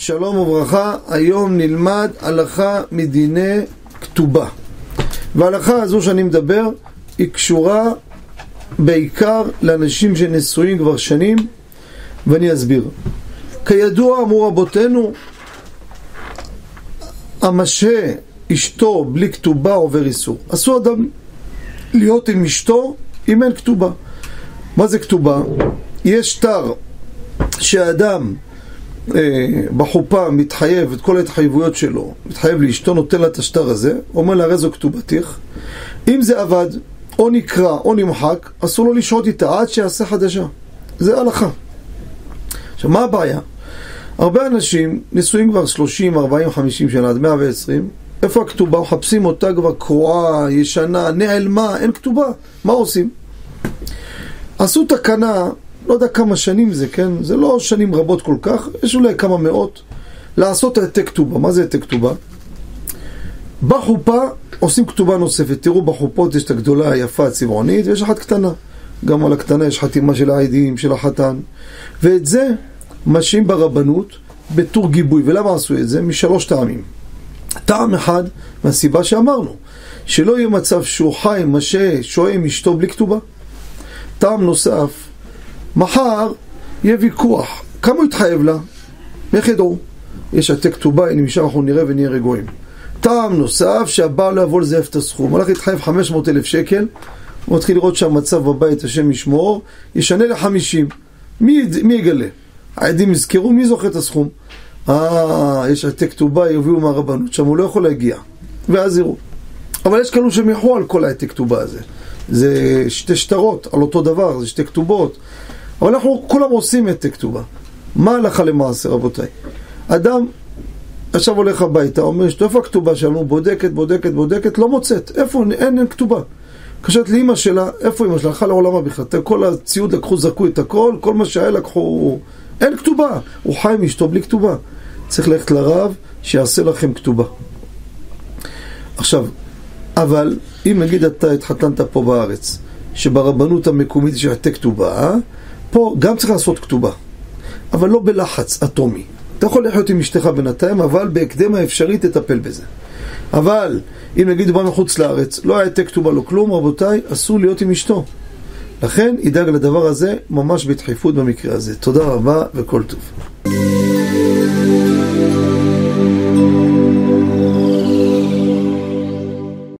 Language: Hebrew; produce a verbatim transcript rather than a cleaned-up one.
שלום וברכה. היום נלמד הלכה מדיני כתובה, וההלכה הזו שאני מדבר היא קשורה בעיקר לאנשים שנשואים כבר שנים, ואני אסביר. כידוע אמרו רבותינו, המשהה אשתו בלי כתובה עובר איסור. אסור אדם להיות עם אשתו אם אין כתובה. מה זה כתובה? יש שטר שהאדם אה, בחופה מתחייב את כל ההתחייבויות שלו, מתחייב לאשתו, נותן לה את השטר הזה, אומר לה הרי זו כתובתך. אם זה עבד או נקרא או נמחק, אסור לו לשהות איתה עד שיעשה חדשה. זה הלכה. עכשיו מה הבעיה? הרבה אנשים נשואים כבר שלושים, ארבעים, חמישים שנה, עד מאה ועשרים, איפה הכתובה? מחפשים אותה כבר קרועה, ישנה, נעלמה, אין כתובה. מה עושים? עשו תקנה, לא יודע כמה שנים זה, כן? זה לא שנים רבות כל כך, יש אולי כמה מאות, לעשות העתק כתובה. מה זה העתק כתובה? בחופה עושים כתובה נוספת. תראו, בחופות יש את הגדולה, היפה, הצבעונית, ויש אחת קטנה. גם על הקטנה יש חתימה של העדים, של החתן. ואת זה משאים ברבנות בתור גיבוי. ולמה עשו את זה? משלוש טעמים. טעם אחד, מהסיבה שאמרנו, שלא יהיה מצב שהוא חי, משה, שואה עם אשתו בלי כתובה. טעם נוסף, מחר יהיה ויכוח. כמה הוא יתחייב לה? איך ידעו? יש העתק כתובה, הנה משם אנחנו נראה ונהיה רגועים. טעם נוסף, שהבעל לא יבוא לזייף את הסכום. הלך יתחייב חמש מאות אלף שקל, הוא מתחיל לראות שהמצב בבית, השם ישמור, ישנה ל-חמישים. מי, מי יגלה? העדים יזכרו, מי זוכה את הסכום? אה, יש העתק כתובה, יביאו מהרבנות, שם הוא לא יכול להגיע. ואז יראו. אבל יש כאלו שמיחו על כל העתק כתובה הזה. זה שתי שטרות, על אותו דבר, זה שתי כתובות. אבל אנחנו כולם עושים העתק כתובה. מה הלכה למעשה, רבותיי? אדם עכשיו הולך הביתה, אומר, איפה הכתובה שלנו? בודקת, בודקת, בודקת, לא מוצאת. איפה? אין, אין כתובה. קשת לאמא שלה, איפה אמא שלה? הלכה לעולמה בכלל. כל הציוד לקחו, זרקו את הכל, כל מה שהיה לקחו, אין כתובה. הוא חי עם אשתו בלי כתובה. צריך ללכת לרב שיעשה לכם כתובה. עכשיו, אבל אם נגיד אתה התחתנת פה בארץ, שברבנות המקומית יש העתק כתובה, פה גם צריך לעשות כתובה, אבל לא בלחץ אטומי. אתה יכול לחיות עם אשתך בינתיים, אבל בהקדם האפשרי תטפל בזה. אבל אם נגיד הוא בא מחוץ לארץ, לא העתק כתובה, לא כלום, רבותיי, אסור להיות עם אשתו. לכן ידאג לדבר הזה ממש בדחיפות במקרה הזה. תודה רבה וכל טוב.